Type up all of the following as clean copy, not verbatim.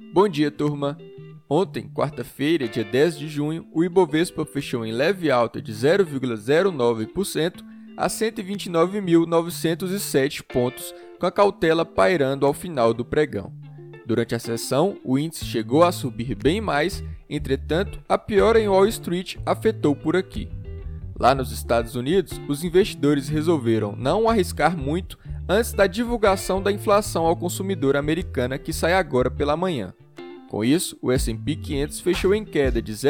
Bom dia, turma! Ontem, quarta-feira, dia 10 de junho, o Ibovespa fechou em leve alta de 0,09% a 129.907 pontos, com a cautela pairando ao final do pregão. Durante a sessão, o índice chegou a subir bem mais, entretanto, a piora em Wall Street afetou por aqui. Lá nos Estados Unidos, os investidores resolveram não arriscar muito antes da divulgação da inflação ao consumidor americana que sai agora pela manhã. Com isso, o S&P 500 fechou em queda de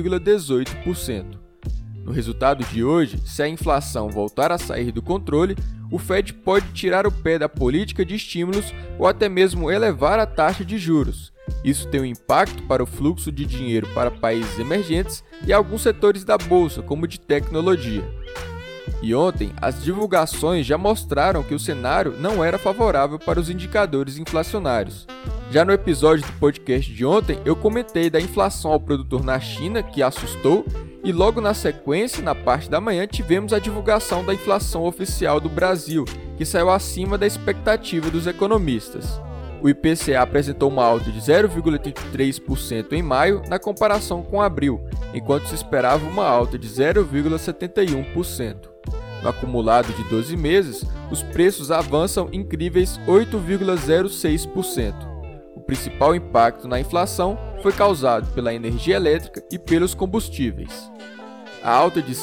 0,18%. No resultado de hoje, se a inflação voltar a sair do controle, o Fed pode tirar o pé da política de estímulos ou até mesmo elevar a taxa de juros. Isso tem um impacto para o fluxo de dinheiro para países emergentes e alguns setores da bolsa, como de tecnologia. E ontem, as divulgações já mostraram que o cenário não era favorável para os indicadores inflacionários. Já no episódio do podcast de ontem, eu comentei da inflação ao produtor na China, que assustou, e logo na sequência, na parte da manhã, tivemos a divulgação da inflação oficial do Brasil, que saiu acima da expectativa dos economistas. O IPCA apresentou uma alta de 0,83% em maio na comparação com abril, enquanto se esperava uma alta de 0,71%. No acumulado de 12 meses, os preços avançam incríveis 8,06%. O principal impacto na inflação foi causado pela energia elétrica e pelos combustíveis. A alta de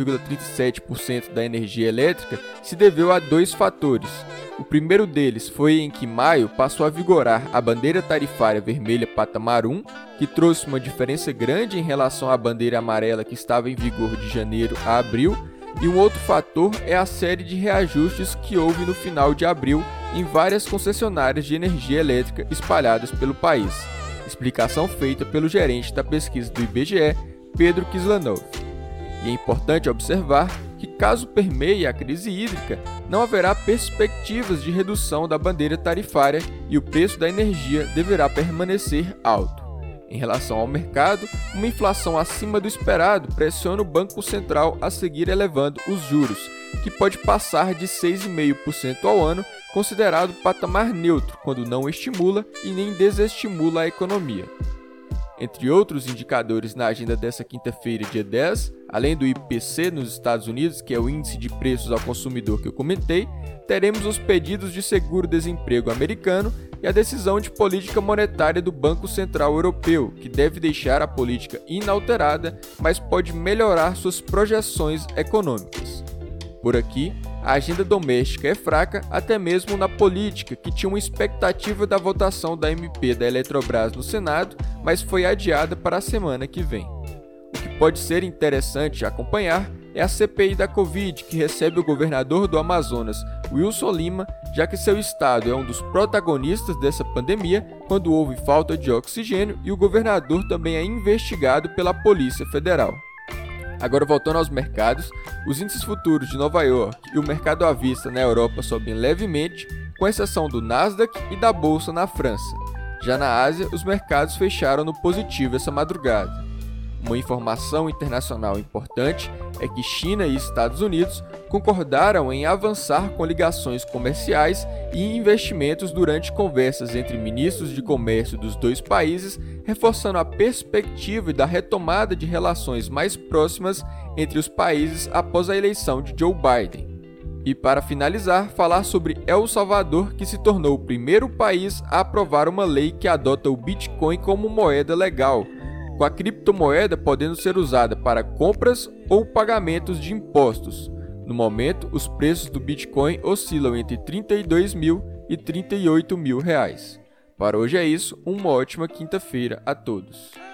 5,37% da energia elétrica se deveu a dois fatores. O primeiro deles foi em que maio passou a vigorar a bandeira tarifária vermelha patamar 1, que trouxe uma diferença grande em relação à bandeira amarela que estava em vigor de janeiro a abril, e um outro fator é a série de reajustes que houve no final de abril em várias concessionárias de energia elétrica espalhadas pelo país. Explicação feita pelo gerente da pesquisa do IBGE, Pedro Kislanov. E é importante observar que, caso permeie a crise hídrica, não haverá perspectivas de redução da bandeira tarifária e o preço da energia deverá permanecer alto. Em relação ao mercado, uma inflação acima do esperado pressiona o Banco Central a seguir elevando os juros, que pode passar de 6,5% ao ano, considerado patamar neutro quando não estimula e nem desestimula a economia. Entre outros indicadores na agenda desta quinta-feira, dia 10, além do IPC nos Estados Unidos, que é o índice de preços ao consumidor que eu comentei, teremos os pedidos de seguro-desemprego americano e a decisão de política monetária do Banco Central Europeu, que deve deixar a política inalterada, mas pode melhorar suas projeções econômicas. Por aqui, a agenda doméstica é fraca até mesmo na política, que tinha uma expectativa da votação da MP da Eletrobras no Senado, mas foi adiada para a semana que vem. O que pode ser interessante acompanhar é a CPI da Covid, que recebe o governador do Amazonas, Wilson Lima, já que seu estado é um dos protagonistas dessa pandemia quando houve falta de oxigênio e o governador também é investigado pela Polícia Federal. Agora, voltando aos mercados, os índices futuros de Nova York e o mercado à vista na Europa sobem levemente, com exceção do Nasdaq e da Bolsa na França. Já na Ásia, os mercados fecharam no positivo essa madrugada. Uma informação internacional importante é que China e Estados Unidos concordaram em avançar com ligações comerciais e investimentos durante conversas entre ministros de comércio dos dois países, reforçando a perspectiva da retomada de relações mais próximas entre os países após a eleição de Joe Biden. E para finalizar, falar sobre El Salvador, que se tornou o primeiro país a aprovar uma lei que adota o Bitcoin como moeda legal, com a criptomoeda podendo ser usada para compras ou pagamentos de impostos. No momento, os preços do Bitcoin oscilam entre R$32.000 e R$38.000. Para hoje é isso, uma ótima quinta-feira a todos.